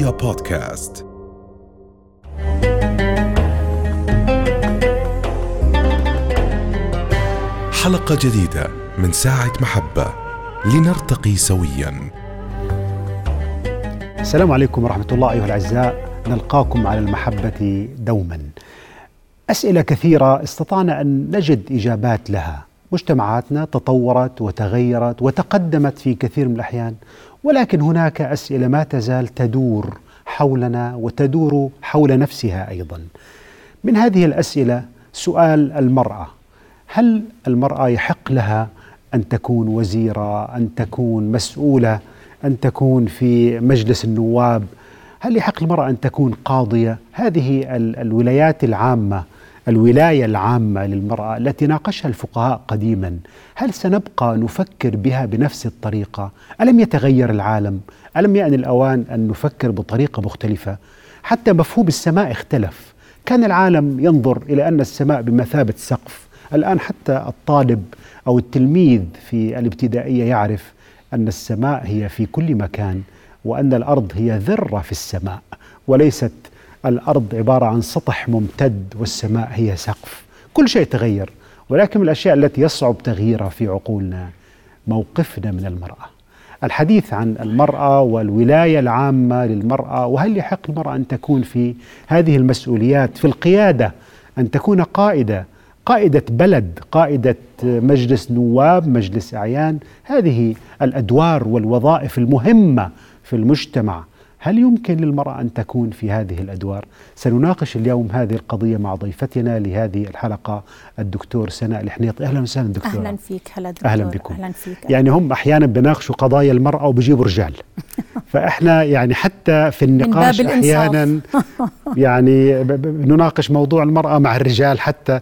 رؤيا بودكاست. حلقة جديدة من ساعة محبة لنرتقي سويا. السلام عليكم ورحمة الله أيها الأعزاء، نلقاكم على المحبة دوما. أسئلة كثيرة استطعنا أن نجد إجابات لها. مجتمعاتنا تطورت وتغيرت وتقدمت في كثير من الأحيان، ولكن هناك أسئلة ما تزال تدور حولنا وتدور حول نفسها أيضا. من هذه الأسئلة سؤال المرأة: هل المرأة يحق لها أن تكون وزيرة، أن تكون مسؤولة، أن تكون في مجلس النواب؟ هل يحق للمرأة أن تكون قاضية؟ هذه الولاية العامة للمرأة التي ناقشها الفقهاء قديما، هل سنبقى نفكر بها بنفس الطريقة؟ ألم يتغير العالم؟ ألم يأن الأوان أن نفكر بطريقة مختلفة؟ حتى مفهوم السماء اختلف. كان العالم ينظر إلى أن السماء بمثابة سقف، الآن حتى الطالب أو التلميذ في الابتدائية يعرف أن السماء هي في كل مكان، وأن الأرض هي ذرة في السماء، وليست الأرض عبارة عن سطح ممتد والسماء هي سقف. كل شيء تغير، ولكن من الأشياء التي يصعب تغييرها في عقولنا موقفنا من المرأة. الحديث عن المرأة والولاية العامة للمرأة، وهل يحق المرأة أن تكون في هذه المسؤوليات، في القيادة، أن تكون قائدة بلد، قائدة مجلس نواب، مجلس أعيان، هذه الأدوار والوظائف المهمة في المجتمع. هل يمكن للمرأة أن تكون في هذه الأدوار؟ سنناقش اليوم هذه القضية مع ضيفتنا لهذه الحلقة الدكتور سناء الحنيطي. أهلا وسهلا دكتور. أهلا فيك. هلا دكتور. أهلا بكم. أهلا فيك. يعني هم أحيانا بناقشوا قضايا المرأة وبيجيبوا رجال فإحنا يعني حتى في النقاش أحيانا يعني نناقش موضوع المرأة مع الرجال حتى.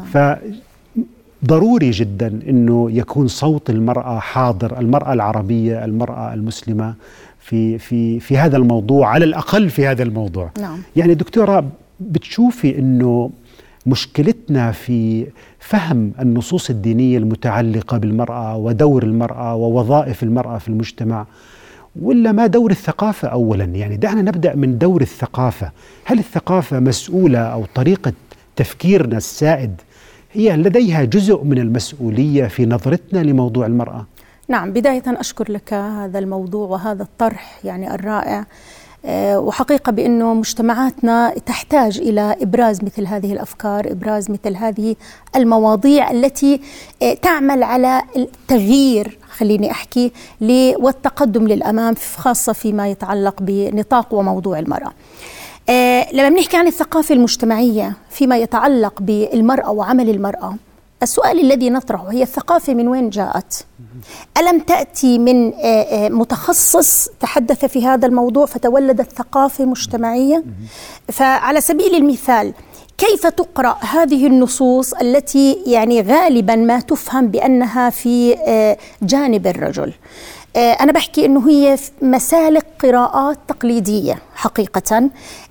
فضروري جدا أنه يكون صوت المرأة حاضر، المرأة العربية، المرأة المسلمة في هذا الموضوع، على الأقل في هذا الموضوع. نعم. يعني دكتورة، بتشوفي أنه مشكلتنا في فهم النصوص الدينية المتعلقة بالمرأة ودور المرأة ووظائف المرأة في المجتمع، ولا ما دور الثقافة أولا؟ يعني دعنا نبدأ من دور الثقافة. هل الثقافة مسؤولة، أو طريقة تفكيرنا السائد هي لديها جزء من المسؤولية في نظرتنا لموضوع المرأة؟ نعم، بداية أشكر لك هذا الموضوع وهذا الطرح يعني الرائع. وحقيقة بأنه مجتمعاتنا تحتاج إلى إبراز مثل هذه الأفكار، إبراز مثل هذه المواضيع التي تعمل على التغيير، خليني أحكي، والتقدم للأمام، خاصة فيما يتعلق بنطاق وموضوع المرأة. لما بنحكي عن الثقافة المجتمعية فيما يتعلق بالمرأة وعمل المرأة، السؤال الذي نطرحه هي: الثقافة من وين جاءت؟ ألم تأتي من متخصص تحدث في هذا الموضوع فتولدت ثقافة مجتمعية؟ فعلى سبيل المثال، كيف تقرأ هذه النصوص التي يعني غالبا ما تفهم بأنها في جانب الرجل؟ أنا بحكي أنه هي مسالك قراءات تقليدية حقيقة،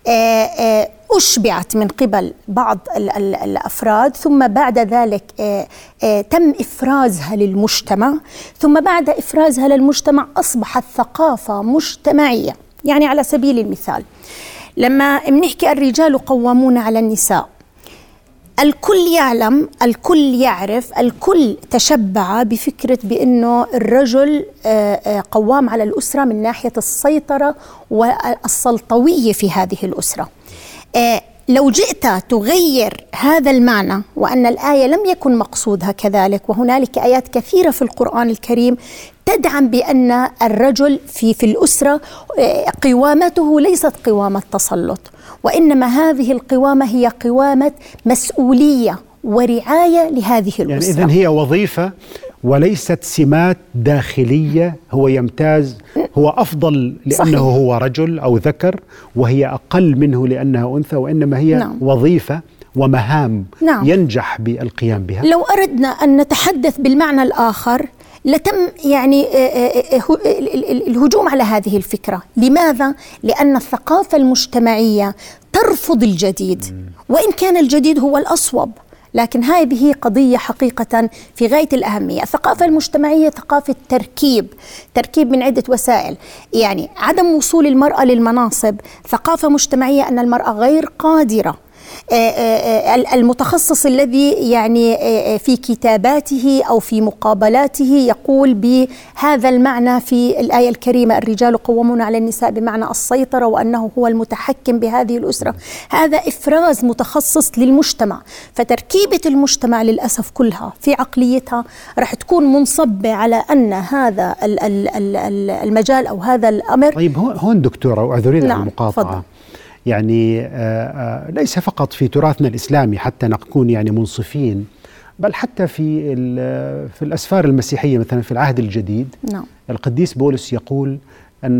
أشبعت من قبل بعض الأفراد، ثم بعد ذلك تم إفرازها للمجتمع، ثم بعد إفرازها للمجتمع أصبحت ثقافة مجتمعية. يعني على سبيل المثال، لما بنحكي الرجال قوامون على النساء، الكل يعلم، الكل يعرف، الكل تشبع بفكرة بأنه الرجل قوام على الأسرة من ناحية السيطرة والسلطوية في هذه الأسرة. لو جئت تغير هذا المعنى، وأن الآية لم يكن مقصودها كذلك، وهنالك آيات كثيرة في القرآن الكريم تدعم بأن الرجل في الأسرة قوامته ليست قوامة تسلط، وإنما هذه القوامة هي قوامة مسؤولية ورعاية لهذه الأسرة. يعني إذن هي وظيفة وليست سمات داخلية، هو يمتاز، هو أفضل لأنه صحيح. هو رجل أو ذكر، وهي أقل منه لأنها أنثى، وإنما هي نعم. وظيفة ومهام نعم. ينجح بالقيام بها. لو أردنا أن نتحدث بالمعنى الآخر لتم يعني الهجوم على هذه الفكرة. لماذا؟ لأن الثقافة المجتمعية ترفض الجديد، وإن كان الجديد هو الأصوب، لكن هذه قضية حقيقة في غاية الأهمية. الثقافة المجتمعية ثقافة تركيب من عدة وسائل، يعني عدم وصول المرأة للمناصب ثقافة مجتمعية، أن المرأة غير قادرة. المتخصص الذي يعني في كتاباته أو في مقابلاته يقول بهذا المعنى في الآية الكريمة: الرجال قوامون على النساء، بمعنى السيطرة وأنه هو المتحكم بهذه الأسرة. هذا إفراز متخصص للمجتمع. فتركيبة المجتمع للأسف كلها في عقليتها رح تكون منصبة على أن هذا المجال أو هذا الأمر. طيب هون دكتورة، وأعذريني على المقاطعة، فضل. يعني ليس فقط في تراثنا الإسلامي حتى نكون يعني منصفين، بل حتى في الأسفار المسيحية مثلا في العهد الجديد. نعم. القديس بولس يقول أن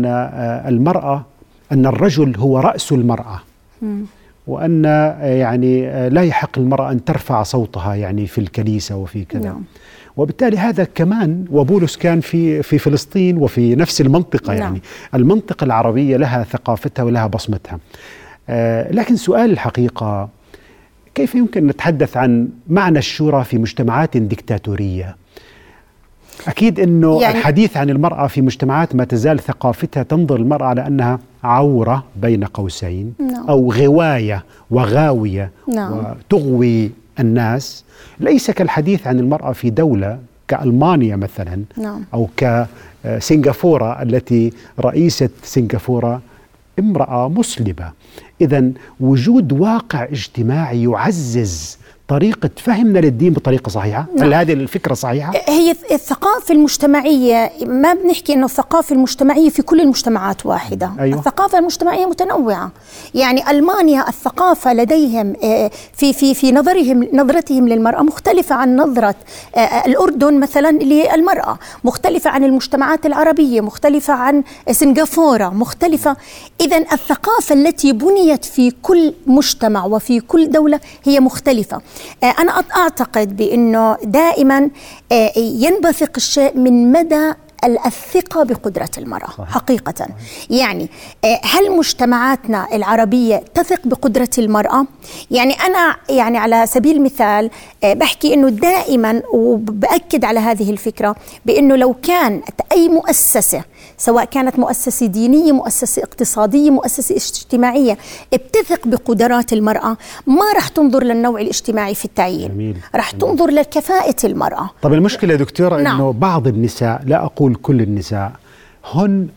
أن الرجل هو رأس المرأة، وأن يعني لا يحق المرأة أن ترفع صوتها يعني في الكنيسة وفي كذا. نعم. وبالتالي هذا كمان، وبولس كان في فلسطين وفي نفس المنطقة. نعم. يعني المنطقة العربية لها ثقافتها ولها بصمتها. لكن سؤال الحقيقة، كيف يمكن أن نتحدث عن معنى الشورى في مجتمعات ديكتاتورية؟ أكيد أنه يعني الحديث عن المرأة في مجتمعات ما تزال ثقافتها تنظر المرأة على أنها عورة بين قوسين. نعم. أو غواية وغاوية. نعم. وتغوي الناس، ليس كالحديث عن المرأة في دولة كألمانيا مثلا. نعم. أو كسنغافورة التي رئيسة سنغافورة امرأة مسلمة. إذن وجود واقع اجتماعي يعزز طريقة فهمنا للدين بطريقة صحيحة. نعم. هل هذه الفكرة صحيحة؟ هي الثقافة المجتمعية، ما بنحكي أنه الثقافة المجتمعية في كل المجتمعات واحدة. أيوة. الثقافة المجتمعية متنوعة. يعني ألمانيا الثقافة لديهم في نظرتهم للمرأة مختلفة عن نظرة الأردن مثلا للمرأة، مختلفة عن المجتمعات العربية، مختلفة عن سنغافورة، مختلفة. إذن الثقافة التي بنيت في كل مجتمع وفي كل دولة هي مختلفة. أنا أعتقد بأنه دائما ينبثق الشيء من مدى الثقة بقدرة المرأة. صحيح. حقيقة. صحيح. يعني هل مجتمعاتنا العربية تثق بقدرة المرأة؟ يعني أنا يعني على سبيل المثال بحكي أنه دائما، وبأكد على هذه الفكرة، بأنه لو كان أي مؤسسة، سواء كانت مؤسسة دينية، مؤسسة اقتصادية، مؤسسة اجتماعية، بتثق بقدرات المرأة، ما رح تنظر للنوع الاجتماعي في التعيين. جميل. رح تنظر لكفاءة المرأة. طب المشكلة يا دكتورة، نعم. أنه بعض النساء، لا أقول كل النساء، هن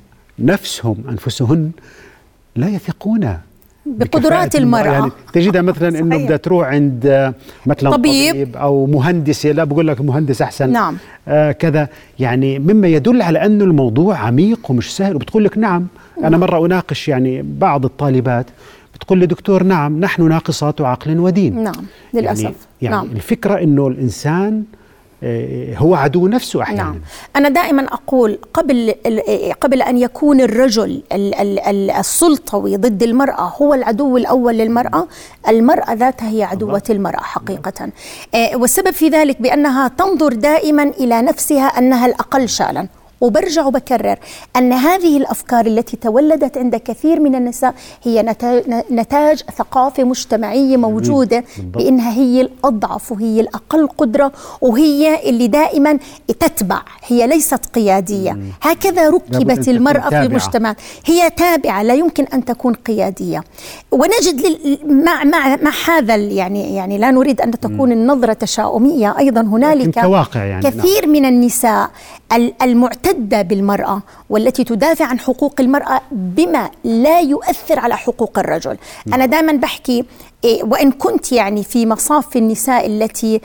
أنفسهن لا يثقون بقدرات المرأة. يعني تجدها مثلا انه بدها تروح عند مثلا طبيب او مهندسه، لا بقول لك مهندس احسن. نعم. كذا، يعني مما يدل على انه الموضوع عميق ومش سهل. وبتقول لك نعم. انا مره اناقش يعني بعض الطالبات، بتقول لي دكتور نعم نحن ناقصات عقل ودين. نعم للاسف. يعني نعم. الفكره انه الانسان هو عدو نفسه أحيانا. نعم. أنا دائما أقول قبل أن يكون الرجل السلطوي ضد المرأة هو العدو الأول للمرأة، المرأة ذاتها هي عدوة المرأة حقيقة. والسبب في ذلك بأنها تنظر دائما إلى نفسها أنها الأقل شأنا. وبرجع وبكرر أن هذه الأفكار التي تولدت عند كثير من النساء هي نتاج ثقافة مجتمعية موجودة بأنها هي الأضعف وهي الأقل قدرة وهي اللي دائما تتبع، هي ليست قيادية. هكذا ركبت المرأة في المجتمع، هي تابعة، لا يمكن أن تكون قيادية. ونجد مع هذا يعني لا نريد أن تكون النظرة تشاؤمية، أيضا هنالك يعني كثير من النساء المعتدة بالمرأة والتي تدافع عن حقوق المرأة بما لا يؤثر على حقوق الرجل. أنا دائما بحكي وإن كنت يعني في مصاف النساء التي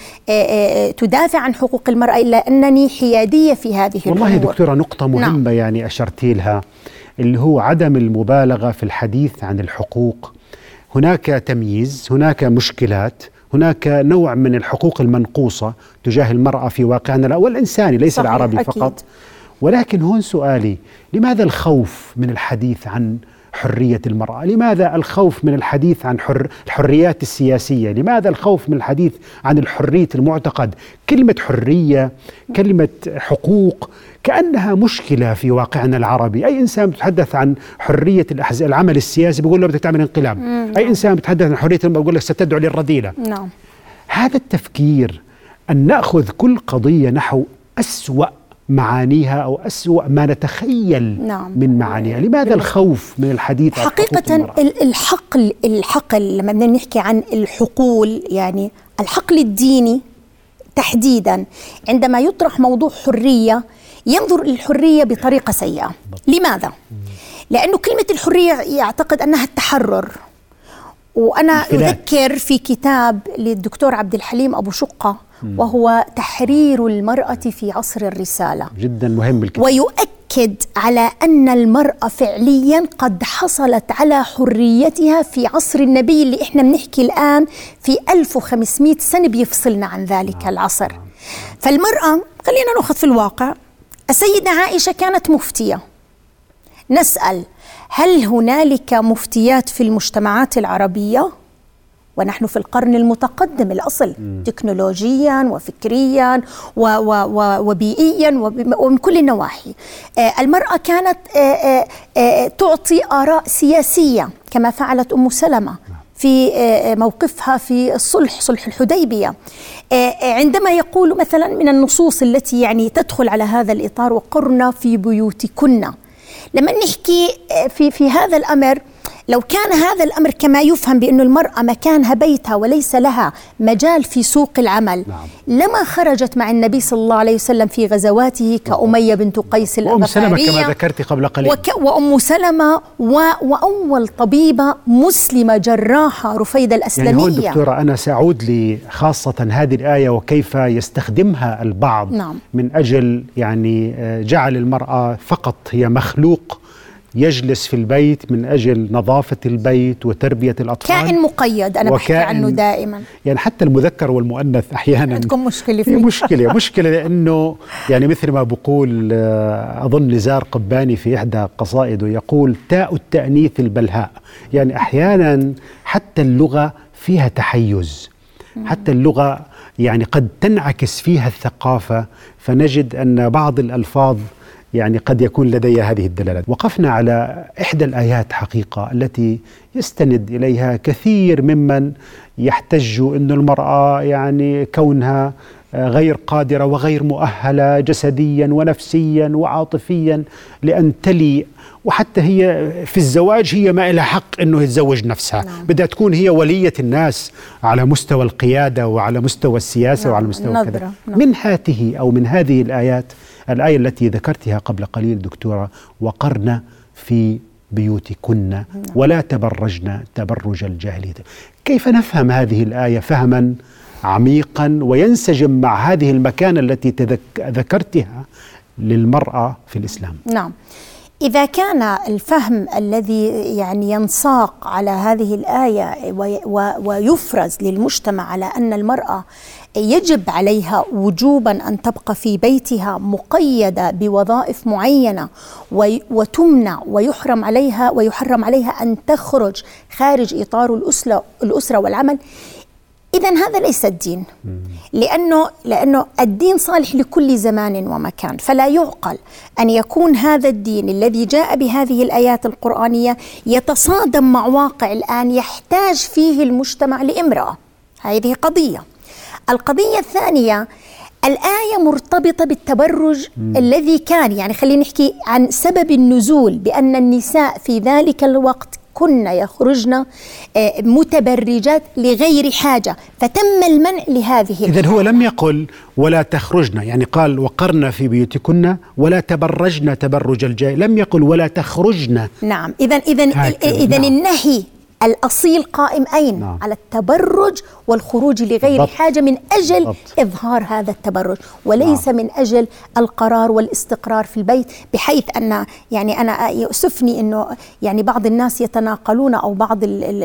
تدافع عن حقوق المرأة، إلا أنني حيادية في هذه الأمور. والله دكتورة نقطة مهمة. نعم. يعني أشرتي لها، اللي هو عدم المبالغة في الحديث عن الحقوق. هناك تمييز، هناك مشكلات، هناك نوع من الحقوق المنقوصة تجاه المرأة في واقعنا والإنساني، ليس العربي أكيد. فقط. ولكن هون سؤالي، لماذا الخوف من الحديث عن حرية المرأة؟ لماذا الخوف من الحديث عن الحريات السياسية؟ لماذا الخوف من الحديث عن الحرية المعتقد؟ كلمة حرية، كلمة حقوق، كأنها مشكلة في واقعنا العربي. أي إنسان بيتحدث عن حرية العمل السياسي بيقول له بدك تعمل انقلاب. أي إنسان بيتحدث عن حرية المرأة بيقول لك ستدعو للرذيلة. نعم. هذا التفكير أن نأخذ كل قضية نحو أسوأ معانيها أو أسوأ ما نتخيل من معانيها. لماذا الخوف من الحديث عن حقيقة الحقل لما بدنا نحكي عن الحقول، يعني الحقل الديني تحديدا عندما يطرح موضوع حرية ينظر للحرية بطريقة سيئة. لماذا؟ لأنه كلمة الحرية يعتقد أنها التحرر. وأنا أذكر في كتاب للدكتور عبد الحليم أبو شقة وهو تحرير المرأة في عصر الرسالة، جدا مهم الكتاب، ويؤكد على أن المرأة فعليا قد حصلت على حريتها في عصر النبي اللي إحنا بنحكي الآن في 1500 سنة بيفصلنا عن ذلك العصر. فالمرأة خلينا نأخذ في الواقع، السيدة عائشة كانت مفتية. نسأل هل هنالك مفتيات في المجتمعات العربية؟ ونحن في القرن المتقدم الأصل تكنولوجيا وفكريا وبيئيا ومن كل النواحي. المرأة كانت تعطي آراء سياسية كما فعلت أم سلمة في موقفها في صلح الحديبية، عندما يقول مثلا من النصوص التي يعني تدخل على هذا الإطار وقرنا في بيوتكن. لما نحكي في هذا الأمر، لو كان هذا الأمر كما يفهم بأن المرأة مكانها بيتها وليس لها مجال في سوق العمل، لما خرجت مع النبي صلى الله عليه وسلم في غزواته كأمية بنت قيس الأغفارية وأم سلمة كما ذكرت قبل قليل، وأم سلمة وأول طبيبة مسلمة جراحة رفيدة الأسلمية. يعني هون دكتورة أنا سأعود لخاصة هذه الآية وكيف يستخدمها البعض من أجل يعني جعل المرأة فقط هي مخلوق يجلس في البيت من أجل نظافة البيت وتربية الأطفال، كائن مقيد. أنا بحكي عنه دائما، يعني حتى المذكر والمؤنث أحيانا عندكم مشكلة فيه. مشكلة لأنه يعني مثل ما بقول أظن نزار قباني في إحدى قصائده يقول تاء التأنيث البلهاء. يعني أحيانا حتى اللغة فيها تحيز، حتى اللغة يعني قد تنعكس فيها الثقافة، فنجد أن بعض الألفاظ يعني قد يكون لديها هذه الدلالات. وقفنا على إحدى الآيات حقيقة التي يستند إليها كثير ممن يحتج أن المرأة يعني كونها غير قادرة وغير مؤهلة جسديا ونفسيا وعاطفيا لأن تلي، وحتى هي في الزواج هي ما لها حق أنه يتزوج نفسها. بدها تكون هي ولية الناس على مستوى القيادة وعلى مستوى السياسة وعلى مستوى كذا. من هذه الآيات، الآية التي ذكرتها قبل قليل دكتورة، وقرن في بيوتكن ولا تبرجن تبرج الجاهلية، كيف نفهم هذه الآية فهما عميقا وينسجم مع هذه المكانة التي ذكرتها للمرأة في الإسلام؟ نعم، إذا كان الفهم الذي يعني ينساق على هذه الآية ويفرز للمجتمع على أن المرأة يجب عليها وجوبا أن تبقى في بيتها مقيدة بوظائف معينة وتمنع ويحرم عليها أن تخرج خارج إطار الأسرة والعمل، إذن هذا ليس الدين. لأنه الدين صالح لكل زمان ومكان، فلا يعقل أن يكون هذا الدين الذي جاء بهذه الآيات القرآنية يتصادم مع واقع الآن يحتاج فيه المجتمع لامرأة. هذه قضية. القضية الثانية، الآية مرتبطة بالتبرج الذي كان، يعني خلينا نحكي عن سبب النزول، بأن النساء في ذلك الوقت كنا يخرجن متبرجات لغير حاجة، فتم المنع لهذه. إذن هو لم يقل ولا تخرجن، يعني قال وقرن في بيوتكن ولا تبرجن تبرج الجاهل، لم يقل ولا تخرجن. نعم، إذن النهي الأصيل قائم أين؟ نعم. على التبرج والخروج لغير حاجة من أجل إظهار هذا التبرج، وليس من أجل القرار والاستقرار في البيت، بحيث أن يعني أنا يؤسفني أنه يعني بعض الناس يتناقلون، أو بعض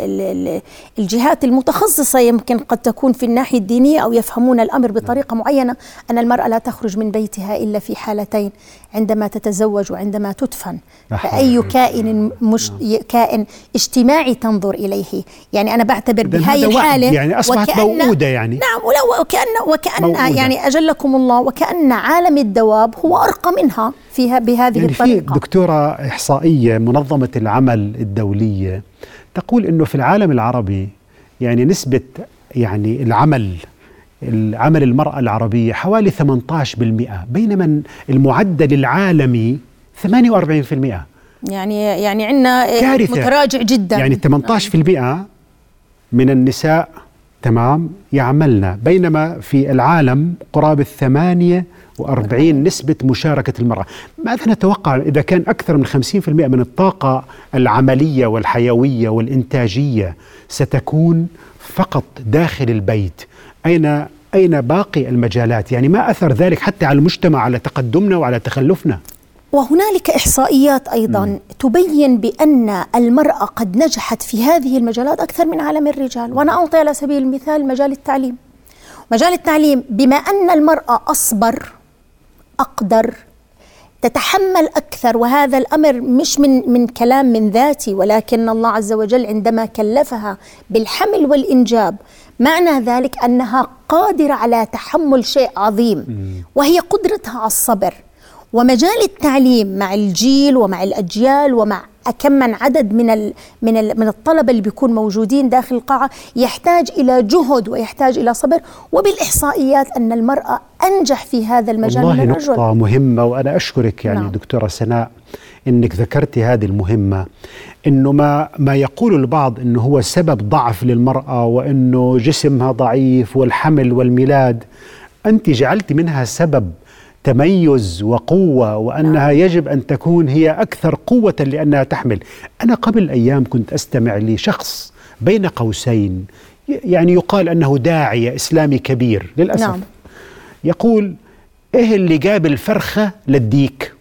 الجهات المتخصصة يمكن قد تكون في الناحية الدينية أو يفهمون الأمر بطريقة معينة، أن المرأة لا تخرج من بيتها إلا في حالتين: عندما تتزوج وعندما تدفن. فأي كائن اجتماعي تنظر إليه، يعني أنا بعتبر بهاي الحالة يعني أصبحت موؤودة، يعني نعم، وكأن يعني أجلكم الله، وكأن عالم الدواب هو أرقى منها بهذه يعني الطريقة. في دكتورة إحصائية منظمة العمل الدولية تقول إنه في العالم العربي يعني نسبة يعني العمل عمل المرأة العربية حوالي 18%، بينما المعدل العالمي 48%. يعني عندنا كارثة. متراجع جدا. يعني 18% من النساء تمام يعملن، بينما في العالم قرابة 48 نسبة مشاركة المرأة. ماذا نتوقع إذا كان أكثر من 50% من الطاقة العملية والحيوية والإنتاجية ستكون فقط داخل البيت؟ أين باقي المجالات؟ يعني ما أثر ذلك حتى على المجتمع، على تقدمنا وعلى تخلفنا؟ وهنالك إحصائيات أيضا تبين بأن المرأة قد نجحت في هذه المجالات أكثر من عالم الرجال. وأنا أعطي على سبيل المثال مجال التعليم. مجال التعليم بما أن المرأة أصبر، أقدر، تتحمل أكثر، وهذا الأمر مش من كلام من ذاتي، ولكن الله عز وجل عندما كلفها بالحمل والإنجاب معنى ذلك أنها قادرة على تحمل شيء عظيم، وهي قدرتها على الصبر. ومجال التعليم مع الجيل ومع الأجيال ومع كم من عدد من الطلبة اللي بيكون موجودين داخل القاعة يحتاج إلى جهد ويحتاج إلى صبر. وبالإحصائيات أن المرأة أنجح في هذا المجال من الرجل. والله نقطة مهمة، وأنا أشكرك يعني نعم. دكتورة سناء إنك ذكرتي هذه المهمة، إنه ما يقول البعض إنه هو سبب ضعف للمرأة وإنه جسمها ضعيف والحمل والميلاد، أنت جعلت منها سبب تميز وقوة، وأنها يجب أن تكون هي أكثر قوة لأنها تحمل. أنا قبل أيام كنت أستمع لشخص بين قوسين يعني يقال أنه داعية إسلامي كبير للأسف نعم. يقول إيه اللي جاب الفرخة للديك؟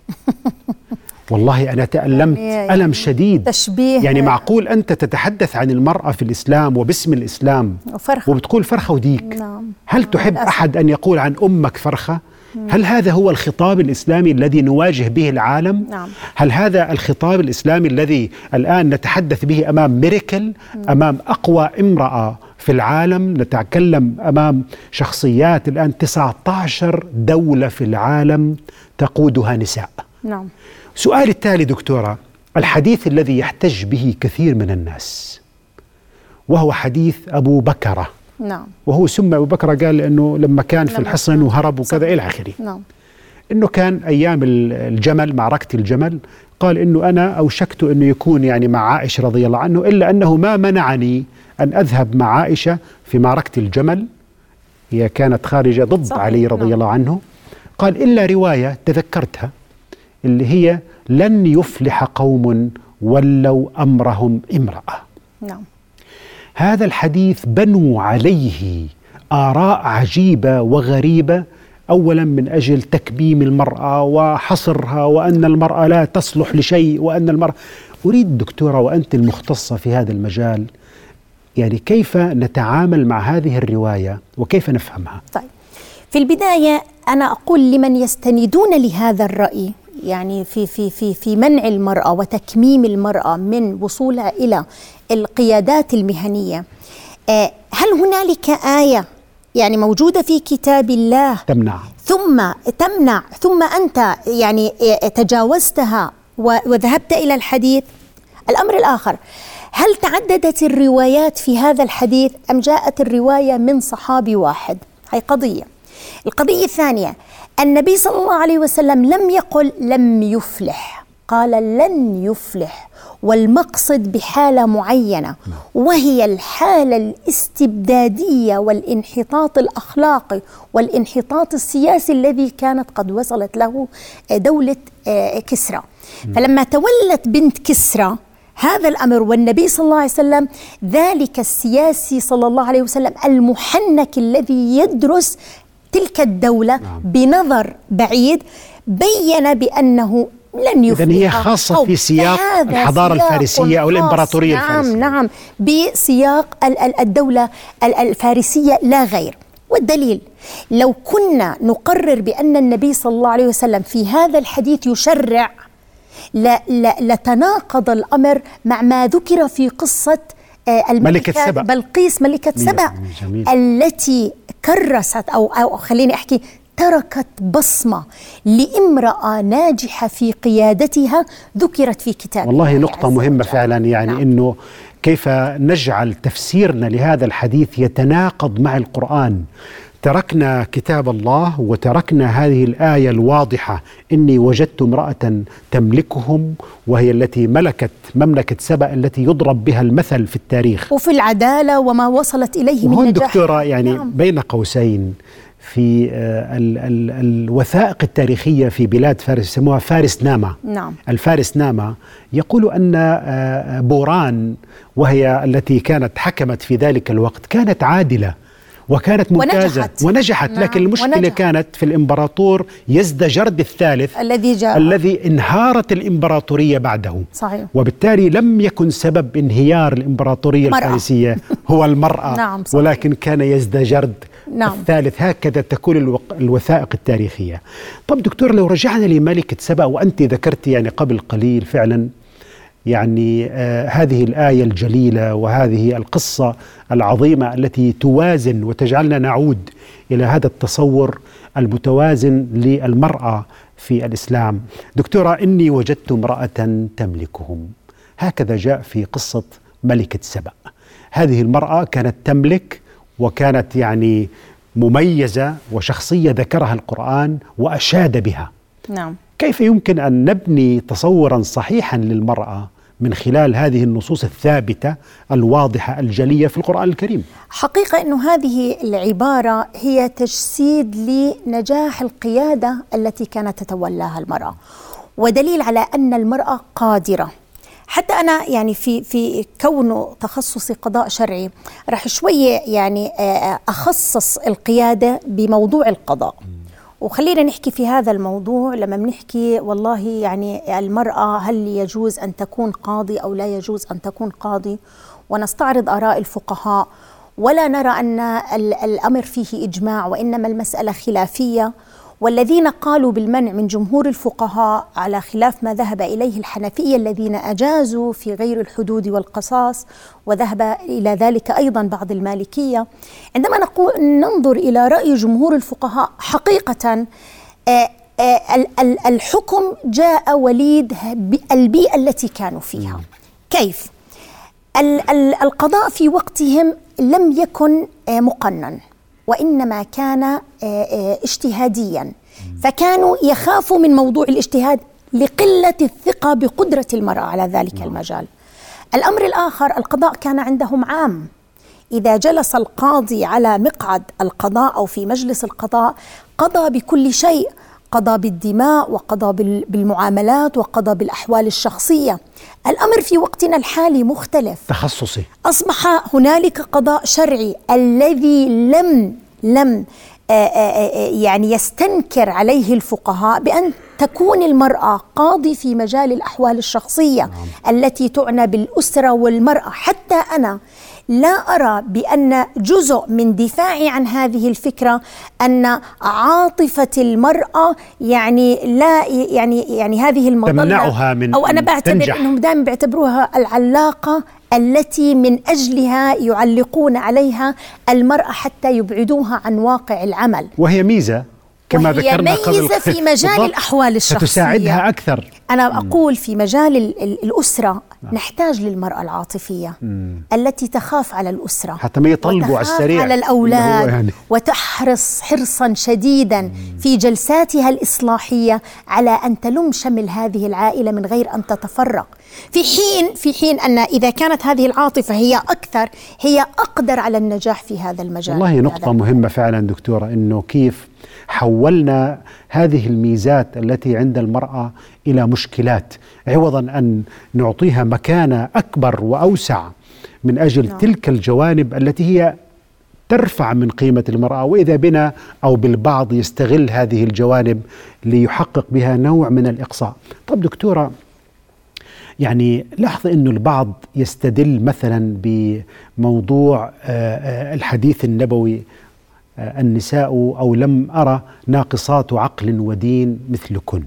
والله أنا تألمت ألم شديد. تشبيه يعني معقول أنت تتحدث عن المرأة في الإسلام وباسم الإسلام وبتقول فرخة وديك؟ نعم. هل تحب أحد أن يقول عن أمك فرخة؟ هل هذا هو الخطاب الإسلامي الذي نواجه به العالم؟ نعم. هل هذا الخطاب الإسلامي الذي الآن نتحدث به أمام ميركل، أمام أقوى امرأة في العالم، نتكلم أمام شخصيات الآن 19 دولة في العالم تقودها نساء؟ نعم. سؤالي التالي دكتورة، الحديث الذي يحتج به كثير من الناس وهو حديث أبو بكرة. نعم. وهو سمى أبو بكر قال لأنه لما كان في الحصن وهرب وكذا إلى آخره. نعم. إنه كان أيام الجمل، معركة الجمل، قال إنه أنا أوشكت إنه يكون يعني مع عائشة رضي الله عنه، إلا أنه ما منعني أن أذهب مع عائشة في معركة الجمل، هي كانت خارجة ضد علي رضي الله عنه. قال إلا رواية تذكرتها اللي هي لن يفلح قوم ولوا أمرهم امرأة. نعم. هذا الحديث بنوا عليه آراء عجيبة وغريبة، أولا من أجل تكميم المرأة وحصرها وأن المرأة لا تصلح لشيء، وأن المرأة. أريد دكتورة وأنت المختصة في هذا المجال، يعني كيف نتعامل مع هذه الرواية وكيف نفهمها؟ طيب، في البداية أنا أقول لمن يستندون لهذا الرأي يعني في منع المرأة وتكميم المرأة من وصولها إلى القيادات المهنية، هل هنالك آية يعني موجودة في كتاب الله تمنع ثم أنت يعني تجاوزتها وذهبت إلى الحديث؟ الأمر الآخر، هل تعددت الروايات في هذا الحديث أم جاءت الرواية من صحابي واحد؟ هي قضية. القضية الثانية، النبي صلى الله عليه وسلم لم يقل لم يفلح، قال لن يفلح، والمقصد بحالة معينة وهي الحالة الاستبدادية والانحطاط الأخلاقي والانحطاط السياسي الذي كانت قد وصلت له دولة كسرى. فلما تولت بنت كسرى هذا الأمر، والنبي صلى الله عليه وسلم ذلك السياسي صلى الله عليه وسلم المحنك الذي يدرس تلك الدولة بنظر بعيد، بين بأنه لن يفلح. إذن هي خاصة في سياق الحضارة الفارسية أو الإمبراطورية الفارسية. نعم، بسياق الدولة الفارسية لا غير. والدليل، لو كنا نقرر بأن النبي صلى الله عليه وسلم في هذا الحديث يشرع لتناقض الأمر مع ما ذكر في قصة ملكة سبأ، بلقيس ملكة سبأ التي كرست أو خليني أحكي تركت بصمة لامرأة ناجحة في قيادتها ذكرت في كتاب. والله نقطة مهمة فعلا، يعني نعم. إنه كيف نجعل تفسيرنا لهذا الحديث يتناقض مع القرآن. تركنا كتاب الله وتركنا هذه الآية الواضحة: إني وجدت امرأة تملكهم، وهي التي ملكت مملكة سبأ التي يضرب بها المثل في التاريخ وفي العدالة وما وصلت إليه من نجاح. دكتورة يعني نعم. بين قوسين في الوثائق التاريخية في بلاد فارس يسموها فارس نامة. نعم. الفارس نامة يقول أن بوران، وهي التي كانت حكمت في ذلك الوقت، كانت عادلة وكانت ممتازة ونجحت. نعم. لكن المشكلة كانت في الإمبراطور يزدجرد الثالث الذي انهارت الإمبراطورية بعده. صحيح. وبالتالي لم يكن سبب انهيار الإمبراطورية الفارسية هو المرأة. نعم. ولكن كان يزدجرد نعم. الثالث. هكذا تكون الوثائق التاريخية. طب دكتور، لو رجعنا لملكة سبأ، وأنت ذكرت يعني قبل قليل فعلا يعني هذه الآية الجليلة وهذه القصة العظيمة التي توازن وتجعلنا نعود إلى هذا التصور المتوازن للمرأة في الإسلام. دكتورة، إني وجدت امرأة تملكهم، هكذا جاء في قصة ملكة سبأ. هذه المرأة كانت تملك، وكانت يعني مميزة وشخصية ذكرها القرآن وأشاد بها. نعم. كيف يمكن أن نبني تصورا صحيحا للمرأة من خلال هذه النصوص الثابتة الواضحة الجلية في القرآن الكريم؟ حقيقة أنه هذه العبارة هي تجسيد لنجاح القيادة التي كانت تتولاها المرأة، ودليل على أن المرأة قادرة. حتى أنا يعني في كونه تخصصي قضاء شرعي راح شوية يعني أخصص القيادة بموضوع القضاء. وخلينا نحكي في هذا الموضوع لما بنحكي والله يعني المرأة هل يجوز أن تكون قاضي أو لا يجوز أن تكون قاضي، ونستعرض آراء الفقهاء، ولا نرى أن الأمر فيه إجماع، وإنما المسألة خلافية. والذين قالوا بالمنع من جمهور الفقهاء على خلاف ما ذهب إليه الحنفية الذين أجازوا في غير الحدود والقصاص، وذهب إلى ذلك أيضا بعض المالكية. عندما ننظر إلى رأي جمهور الفقهاء حقيقة الحكم جاء وليد البيئة التي كانوا فيها. كيف؟ القضاء في وقتهم لم يكن مقنن، وإنما كان اجتهاديا، فكانوا يخافوا من موضوع الاجتهاد لقلة الثقة بقدرة المرأة على ذلك المجال. الأمر الآخر، القضاء كان عندهم عام. إذا جلس القاضي على مقعد القضاء أو في مجلس القضاء قضى بكل شيء، قضى بالدماء وقضى بالمعاملات وقضى بالأحوال الشخصية. الأمر في وقتنا الحالي مختلف، تخصصي. أصبح هنالك قضاء شرعي الذي لم يعني يستنكر عليه الفقهاء بأن تكون المرأة قاضي في مجال الأحوال الشخصية التي تعنى بالأسرة والمرأة. حتى أنا لا أرى بأن جزء من دفاعي عن هذه الفكرة أن عاطفة المرأة يعني لا يعني هذه المظلة تمنعها من أو أنا بعتبر أنهم دائما بيعتبروها العلاقة التي من أجلها يعلقون عليها المرأة حتى يبعدوها عن واقع العمل، وهي ميزة كما ذكرنا قبل، ميزة في مجال الأحوال الشخصية ستساعدها أكثر. أنا أقول في مجال الأسرة نحتاج للمرأة العاطفية التي تخاف على الأسرة حتى ما يطلقوا على السريع على الأولاد يعني. وتحرص حرصا شديدا في جلساتها الإصلاحية على أن تلم شمل هذه العائلة من غير أن تتفرق، في حين أن إذا كانت هذه العاطفة هي أكثر هي أقدر على النجاح في هذا المجال. والله نقطة مهمة فعلا دكتورة، إنه كيف حولنا هذه الميزات التي عند المرأة إلى مشكلات، عوضا أن نعطيها مكانة أكبر وأوسع من أجل تلك الجوانب التي هي ترفع من قيمة المرأة، وإذا بنا أو بالبعض يستغل هذه الجوانب ليحقق بها نوع من الإقصاء. طب دكتورة، يعني لاحظ أنه البعض يستدل مثلا بموضوع الحديث النبوي النساء أو لم أرى ناقصات عقل ودين مثلكن،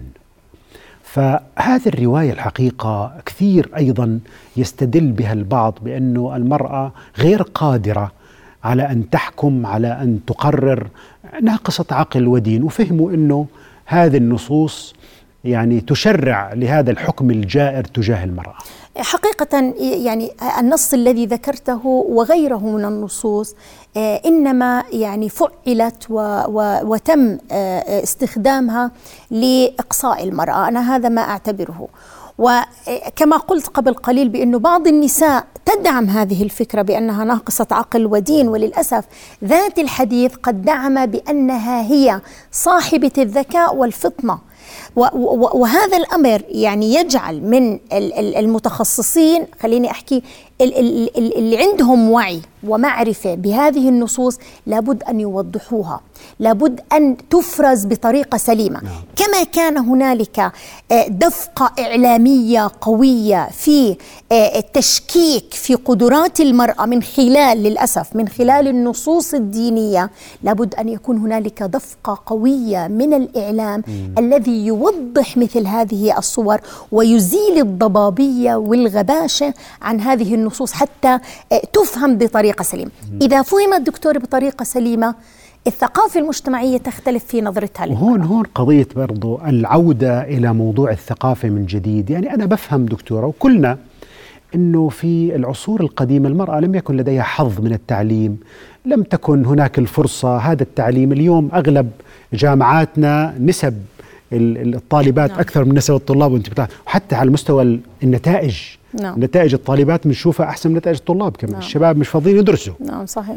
فهذه الرواية الحقيقة كثير أيضا يستدل بها البعض بأنه المرأة غير قادرة على أن تحكم، على أن تقرر، ناقصة عقل ودين، وفهموا أنه هذه النصوص يعني تشرع لهذا الحكم الجائر تجاه المرأة؟ حقيقة يعني النص الذي ذكرته وغيره من النصوص إنما يعني فعلت وتم استخدامها لإقصاء المرأة. أنا هذا ما أعتبره. وكما قلت قبل قليل بأنه بعض النساء تدعم هذه الفكرة بأنها ناقصة عقل ودين، وللأسف ذات الحديث قد دعم بأنها هي صاحبة الذكاء والفطنة. وهذا الأمر يعني يجعل من المتخصصين، خليني أحكي، اللي عندهم وعي ومعرفة بهذه النصوص لابد أن يوضحوها، لابد أن تفرز بطريقة سليمة. كما كان هنالك دفقة إعلامية قوية في التشكيك في قدرات المرأة من خلال، للأسف، من خلال النصوص الدينية، لابد أن يكون هنالك دفقة قوية من الإعلام الذي يوضح مثل هذه الصور ويزيل الضبابية والغباشة عن هذه النصوص حتى تفهم بطريقة سليمة. إذا فهمت دكتور بطريقة سليمة، الثقافة المجتمعية تختلف في نظرتها للمرأة. هون قضية برضو العودة إلى موضوع الثقافة من جديد. يعني أنا بفهم دكتورة وكلنا أنه في العصور القديمة المرأة لم يكن لديها حظ من التعليم، لم تكن هناك الفرصة. هذا التعليم اليوم أغلب جامعاتنا نسب الطالبات أكثر من نسب الطلاب، وحتى على مستوى النتائج، نتائج الطالبات بنشوفها أحسن من نتائج الطلاب كمان. الشباب مش فاضيين يدرسوا. صحيح.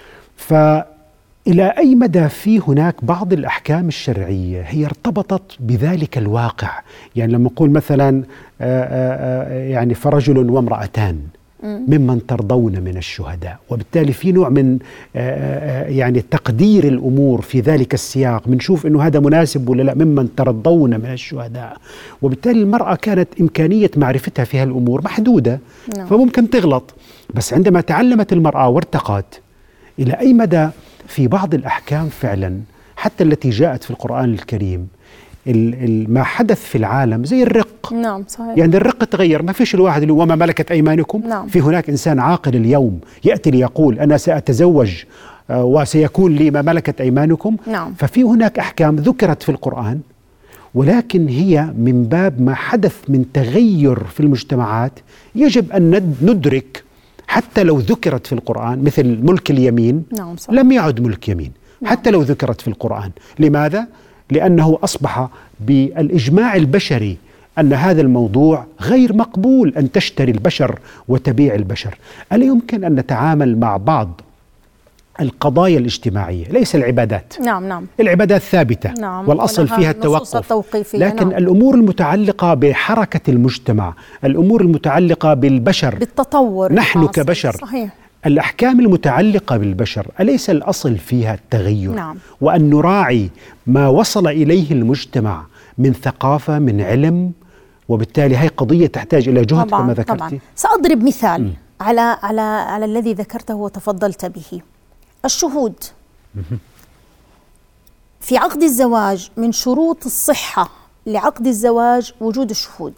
فإلى أي مدى في هناك بعض الأحكام الشرعية هي ارتبطت بذلك الواقع؟ يعني لما نقول مثلا يعني فرجل وامرأتان ممن ترضون من الشهداء، وبالتالي في نوع من يعني تقدير الأمور في ذلك السياق، بنشوف أنه هذا مناسب ولا لا، ممن ترضون من الشهداء. وبالتالي المرأة كانت إمكانية معرفتها في هالأمور محدودة، فممكن تغلط. بس عندما تعلمت المرأة وارتقت، إلى أي مدى في بعض الأحكام فعلا حتى التي جاءت في القرآن الكريم ما حدث في العالم زي الرق. صحيح. يعني الرق تغير، ما فيش الواحد اللي وما ملكت أيمانكم. في هناك إنسان عاقل اليوم يأتي ليقول أنا سأتزوج وسيكون لي ما ملكت أيمانكم. ففي هناك أحكام ذكرت في القرآن، ولكن هي من باب ما حدث من تغير في المجتمعات يجب أن ندرك حتى لو ذكرت في القرآن، مثل ملك اليمين. لم يعد ملك يمين حتى لو ذكرت في القرآن. لماذا؟ لأنه أصبح بالإجماع البشري أن هذا الموضوع غير مقبول، أن تشتري البشر وتبيع البشر. ألا يمكن أن نتعامل مع بعض القضايا الاجتماعية، ليس العبادات. العبادات ثابتة والأصل فيها التوقف، لكن الأمور المتعلقة بحركة المجتمع، الأمور المتعلقة بالبشر، بالتطور، نحن كبشر. صحيح. الأحكام المتعلقة بالبشر أليس الأصل فيها التغير؟ وأن نراعي ما وصل إليه المجتمع من ثقافة، من علم، وبالتالي هي قضية تحتاج إلى جهد كما ذكرتي. سأضرب مثال على الذي ذكرته وتفضلت به. الشهود في عقد الزواج، من شروط الصحة لعقد الزواج وجود الشهود.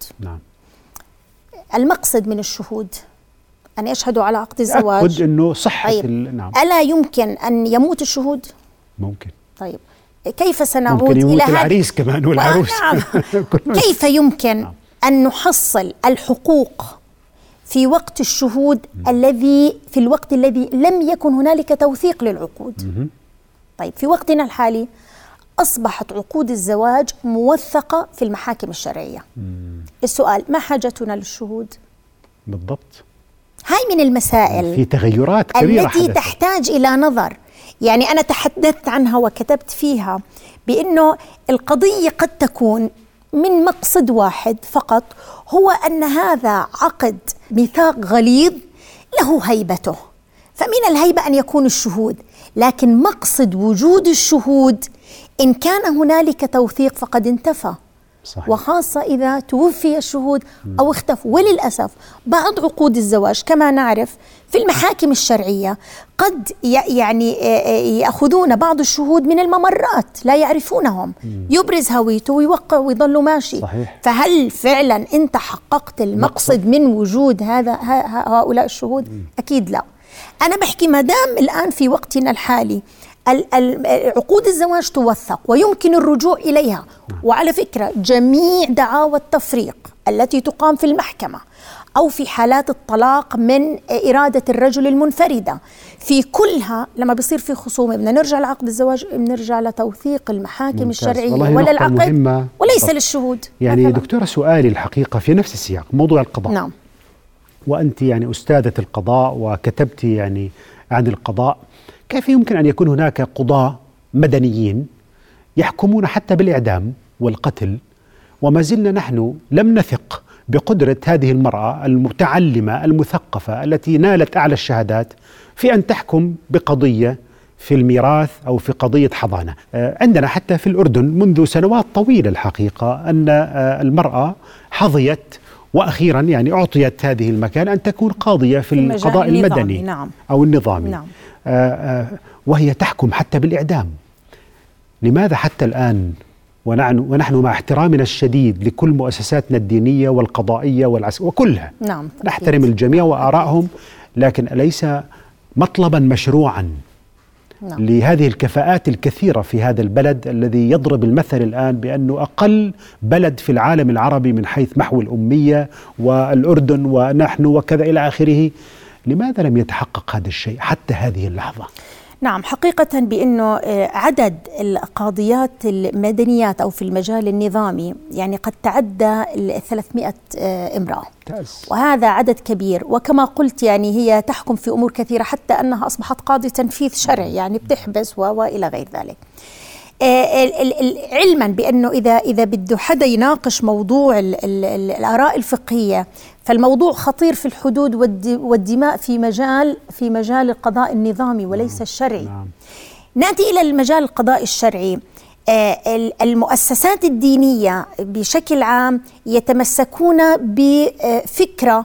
المقصد من الشهود أن يشهدوا على عقد الزواج. أكد أنه صحة. ألا يمكن أن يموت الشهود؟ ممكن. طيب كيف سنعود ممكن يموت إلى هذا العريس كمان والعروس. كيف يمكن أن نحصل الحقوق في وقت الشهود في الوقت الذي لم يكن هنالك توثيق للعقود؟ طيب في وقتنا الحالي أصبحت عقود الزواج موثقة في المحاكم الشرعية. السؤال: ما حاجتنا للشهود؟ بالضبط. هاي من المسائل في تغيرات كبيرة التي حدثت، تحتاج إلى نظر. يعني أنا تحدثت عنها وكتبت فيها بأنه القضية قد تكون من مقصد واحد فقط، هو أن هذا عقد ميثاق غليظ له هيبته، فمن الهيبة أن يكون الشهود، لكن مقصد وجود الشهود إن كان هنالك توثيق فقد انتفى. صحيح. وخاصة إذا توفي الشهود أو اختفوا. وللأسف بعض عقود الزواج كما نعرف في المحاكم الشرعية قد يعني يأخذون بعض الشهود من الممرات لا يعرفونهم، يبرز هويته ويوقع ويظل ماشي. صحيح. فهل فعلا أنت حققت المقصد من وجود هؤلاء الشهود؟ أكيد لا. أنا بحكي ما دام الآن في وقتنا الحالي عقود الزواج توثق ويمكن الرجوع إليها. وعلى فكرة جميع دعاوى التفريق التي تقام في المحكمة أو في حالات الطلاق من إرادة الرجل المنفردة، في كلها لما بيصير في خصومة بدنا نرجع لعقد الزواج، بنرجع لتوثيق المحاكم الشرعية ولا العقد وليس للشهود. يعني مثلاً. دكتورة، سؤالي الحقيقة في نفس السياق، موضوع القضاء. نعم. وأنت يعني أستاذة القضاء وكتبت يعني عن القضاء، كيف يمكن أن يكون هناك قضاة مدنيين يحكمون حتى بالإعدام والقتل، وما زلنا نحن لم نثق بقدرة هذه المرأة المتعلمة المثقفة التي نالت أعلى الشهادات في أن تحكم بقضية في الميراث أو في قضية حضانة؟ عندنا حتى في الأردن منذ سنوات طويلة الحقيقة أن المرأة حظيت وأخيرا يعني أعطيت هذه المكان أن تكون قاضية في القضاء المدني. نعم. أو النظامي. نعم. وهي تحكم حتى بالإعدام. لماذا حتى الآن ونحن مع احترامنا الشديد لكل مؤسساتنا الدينية والقضائية والعسكرية وكلها، نعم، نحترم الجميع وآرائهم، لكن أليس مطلبا مشروعا نعم. لهذه الكفاءات الكثيرة في هذا البلد الذي يضرب المثل الآن بأنه أقل بلد في العالم العربي من حيث محو الأمية، والأردن ونحن وكذا إلى آخره؟ لماذا لم يتحقق هذا الشيء حتى هذه اللحظة؟ نعم، حقيقة بأنه عدد القاضيات المدنيات أو في المجال النظامي يعني قد تعدى 300 امرأة، وهذا عدد كبير. وكما قلت يعني هي تحكم في أمور كثيرة، حتى أنها أصبحت قاضي تنفيذ شرعي، يعني بتحبس وإلى غير ذلك. علما بأنه إذا بده حدا يناقش موضوع الآراء الفقهية، فالموضوع خطير في الحدود والدماء في مجال القضاء النظامي وليس الشرعي. نأتي إلى المجال القضاء الشرعي. المؤسسات الدينية بشكل عام يتمسكون بفكرة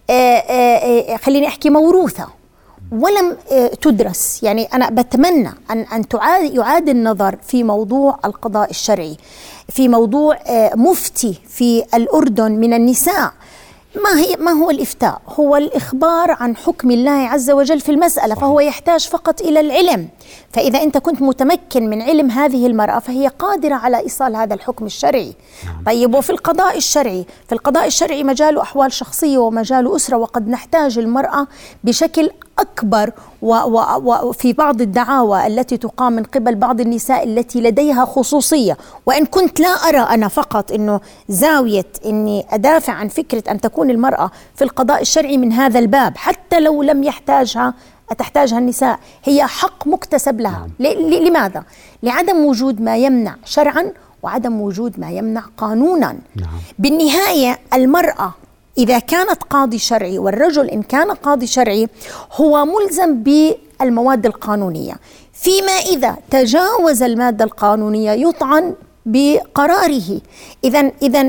خليني أحكي موروثة ولم تدرس. يعني أنا بتمنى أن يعاد النظر في موضوع القضاء الشرعي، في موضوع مفتي في الأردن من النساء. ما هو الإفتاء؟ هو الإخبار عن حكم الله عز وجل في المسألة، فهو يحتاج فقط إلى العلم. فإذا أنت كنت متمكن من علم هذه المرأة فهي قادرة على إيصال هذا الحكم الشرعي. طيب، وفي القضاء الشرعي، في القضاء الشرعي مجال أحوال شخصية ومجال أسرة، وقد نحتاج المرأة بشكل أكبر. وفي بعض الدعاوى التي تقام من قبل بعض النساء التي لديها خصوصية، وإن كنت لا أرى أنا فقط أنه زاوية أني أدافع عن فكرة أن تكون المرأة في القضاء الشرعي من هذا الباب، حتى لو لم تحتاجها النساء، هي حق مكتسب لها. لماذا؟ لعدم وجود ما يمنع شرعا وعدم وجود ما يمنع قانونا. بالنهاية المرأة إذا كانت قاضي شرعي والرجل إن كان قاضي شرعي هو ملزم بالمواد القانونية، فيما إذا تجاوز المادة القانونية يطعن بقراره. إذن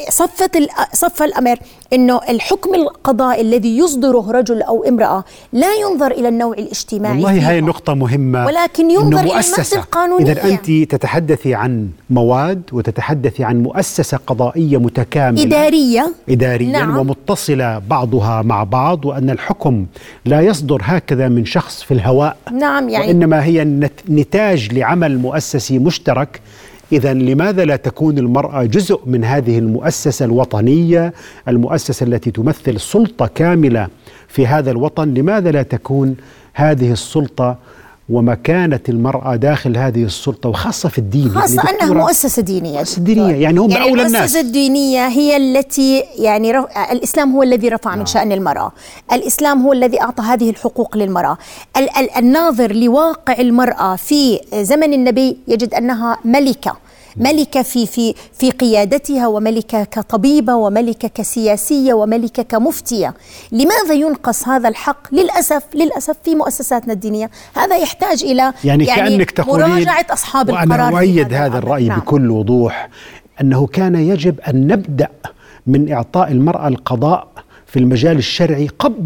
صف الأمر إنه الحكم القضائي الذي يصدره رجل أو امرأة لا ينظر إلى النوع الاجتماعي. والله هاي النقطة مهمة، ولكن ينظر إلى المادة القانونية. إذا أنت تتحدثي عن مواد وتتحدثي عن مؤسسة قضائية متكاملة إداريا نعم. ومتصلة بعضها مع بعض، وأن الحكم لا يصدر هكذا من شخص في الهواء، نعم يعني وإنما هي نتاج لعمل مؤسسي مشترك. إذن لماذا لا تكون المرأة جزء من هذه المؤسسة الوطنية، المؤسسة التي تمثل سلطة كاملة في هذا الوطن؟ لماذا لا تكون هذه السلطة ومكانة المرأة داخل هذه السلطة، وخاصة في الدين؟ خاصة يعني أنها مؤسسة دينية. يعني هم أولى الناس. المؤسسة الدينية هي التي يعني الإسلام هو الذي رفع من شأن المرأة، الإسلام هو الذي أعطى هذه الحقوق للمرأة. الناظر لواقع المرأة في زمن النبي يجد أنها ملكة في قيادتها، وملكة كطبيبة، وملكة كسياسية، وملكة كمفتية. لماذا ينقص هذا الحق؟ للأسف في مؤسساتنا الدينية. هذا يحتاج إلى كأنك تقولين مراجعة أصحاب القرار. وأنا أؤيد هذا الرأي نعم. بكل وضوح أنه كان يجب أن نبدأ من إعطاء المرأة القضاء في المجال الشرعي قبل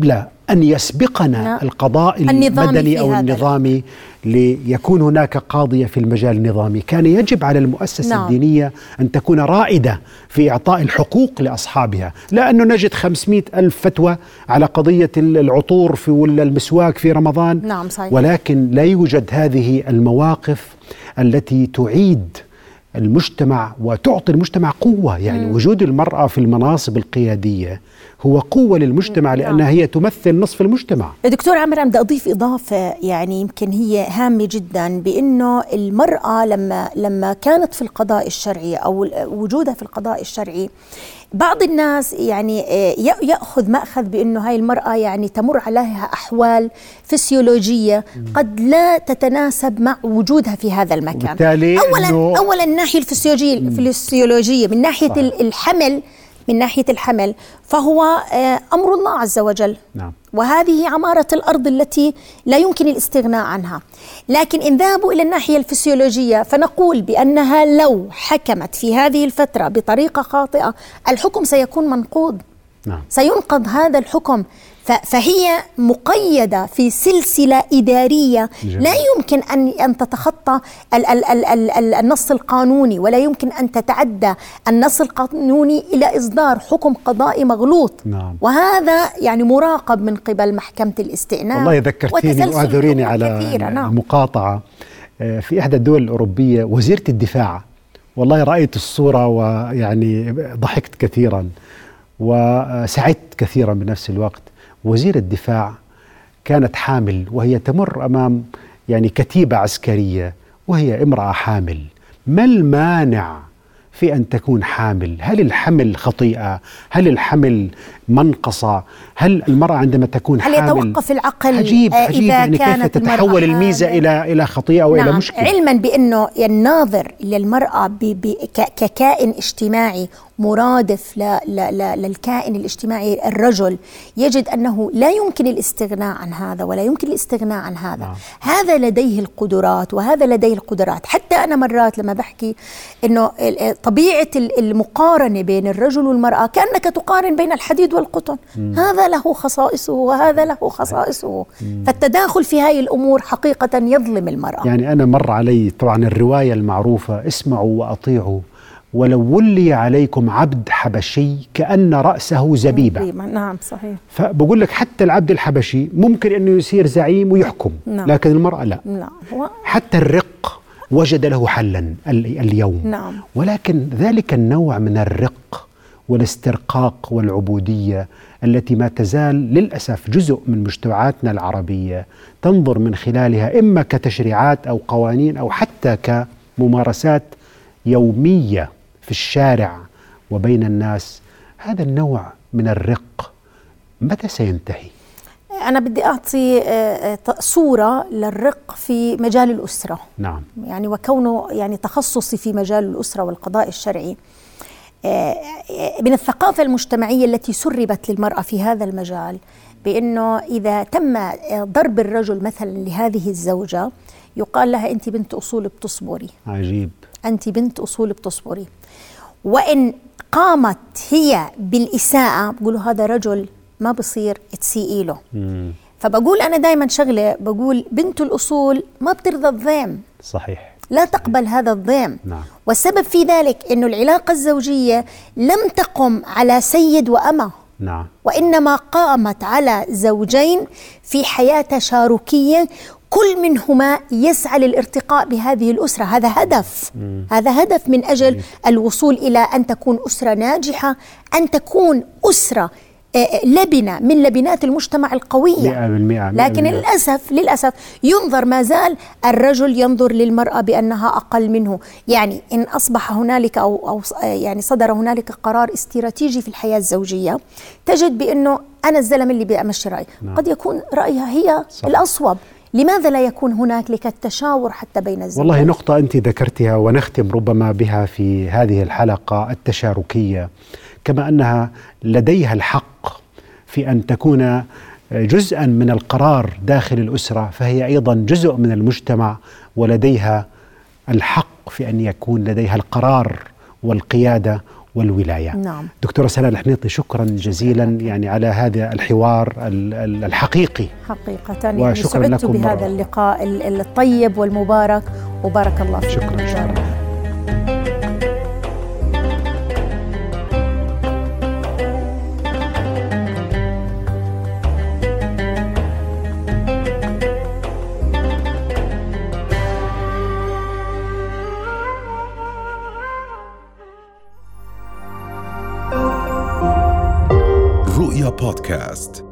أن يسبقنا القضاء المدني أو النظامي ليكون هناك قاضية في المجال النظامي. كان يجب على المؤسسة الدينية أن تكون رائدة في إعطاء الحقوق لأصحابها، لا أنه نجد 500 ألف فتوى على قضية العطور في ولا المسواك في رمضان. صحيح. ولكن لا يوجد هذه المواقف التي تعيد المجتمع وتعطي المجتمع قوة. يعني وجود المرأة في المناصب القيادية هو قوة للمجتمع، لأنها هي تمثل نصف المجتمع. دكتور عامر، بدي أضيف إضافة يعني يمكن هي هامة جدا، بأنه المرأة لما كانت في القضاء الشرعي أو وجودها في القضاء الشرعي، بعض الناس يعني يأخذ مأخذ بأنه هاي المرأة يعني تمر عليها أحوال فسيولوجية قد لا تتناسب مع وجودها في هذا المكان. أولا الناحية الفسيولوجية من ناحية الحمل، من ناحية الحمل فهو أمر الله عز وجل. وهذه عمارة الأرض التي لا يمكن الاستغناء عنها. لكن إن ذهبوا إلى الناحية الفسيولوجية فنقول بأنها لو حكمت في هذه الفترة بطريقة خاطئة الحكم سيكون منقوض. سينقض هذا الحكم. فهي مقيدة في سلسلة إدارية لا يمكن أن تتخطى النص القانوني، ولا يمكن أن تتعدى النص القانوني إلى إصدار حكم قضائي مغلوط. وهذا يعني مراقب من قبل محكمة الاستئناف. والله ذكرتيني وأعذريني على المقاطعة. في إحدى الدول الأوروبية وزيرة الدفاع، والله رأيت الصورة ويعني ضحكت كثيرا وسعدت كثيرا بنفس الوقت. وزير الدفاع كانت حامل وهي تمر أمام يعني كتيبة عسكرية وهي امرأة حامل. ما المانع في أن تكون حامل؟ هل الحمل خطيئة؟ هل الحمل منقصة؟ هل المرأة عندما تكون حامل هل يتوقف العقل عجيب يعني كيف تتحول الميزة إلى خطيئة أو إلى مشكلة؟ علما بأنه الناظر للمرأة ككائن اجتماعي مرادف للكائن الاجتماعي الرجل يجد أنه لا يمكن الاستغناء عن هذا ولا يمكن الاستغناء عن هذا. هذا لديه القدرات وهذا لديه القدرات. حتى أنا مرات لما بحكي أنه طبيعة المقارنة بين الرجل والمرأة كأنك تقارن بين الحديد والقطن. هذا له خصائصه وهذا له خصائصه. فالتداخل في هذه الأمور حقيقة يظلم المرأة. يعني أنا مر علي طبعا الرواية المعروفة: اسمعوا وأطيعوا ولو ولي عليكم عبد حبشي كأن رأسه زبيبة. نعم صحيح. فبقول لك حتى العبد الحبشي ممكن أنه يصير زعيم ويحكم. لكن المرأة لا. حتى الرق وجد له حلا اليوم. ولكن ذلك النوع من الرق والاسترقاق والعبودية التي ما تزال للأسف جزء من مجتمعاتنا العربية تنظر من خلالها إما كتشريعات أو قوانين أو حتى كممارسات يومية في الشارع وبين الناس. هذا النوع من الرق متى سينتهي؟ أنا بدي أعطي صورة للرق في مجال الأسرة. يعني وكونه يعني تخصصي في مجال الأسرة والقضاء الشرعي، من الثقافة المجتمعية التي سربت للمرأة في هذا المجال بأنه إذا تم ضرب الرجل مثلا لهذه الزوجة يقال لها أنت بنت أصول بتصبري. عجيب. أنت بنت أصول بتصبري. وإن قامت هي بالإساءة بقولوا هذا رجل ما بصير تسيئي له. فبقول أنا دايما شغلة بقول بنت الأصول ما بترضى الضيم. صحيح. لا تقبل هذا الضيم. والسبب في ذلك أنه العلاقة الزوجية لم تقم على سيد وأمة. وإنما قامت على زوجين في حياة تشاركية كل منهما يسعى للارتقاء بهذه الأسرة. هذا هدف. هذا هدف من أجل الوصول إلى أن تكون أسرة ناجحة، أن تكون أسرة لبنة من لبنات المجتمع القوية. 100%. لكن للأسف ينظر ما زال الرجل ينظر للمرأة بأنها أقل منه. يعني إن أصبح هنالك أو يعني صدر هنالك قرار استراتيجي في الحياة الزوجية تجد بأنه أنا الزلمة اللي بأمشي رأي. قد يكون رأيها هي الأصوب. لماذا لا يكون هناك التشاور حتى بين الزوجين؟ والله نقطة أنت ذكرتها ونختم ربما بها في هذه الحلقة التشاركية، كما أنها لديها الحق في أن تكون جزءا من القرار داخل الأسرة، فهي أيضا جزء من المجتمع ولديها الحق في أن يكون لديها القرار والقيادة والولاية. نعم. دكتورة سناء الحنيطي، شكرا جزيلا يعني على هذا الحوار الحقيقي حقيقة. يعني سعدت بهذا اللقاء الطيب والمبارك، وبارك الله فيك. شكرا. رؤيا بودكاست.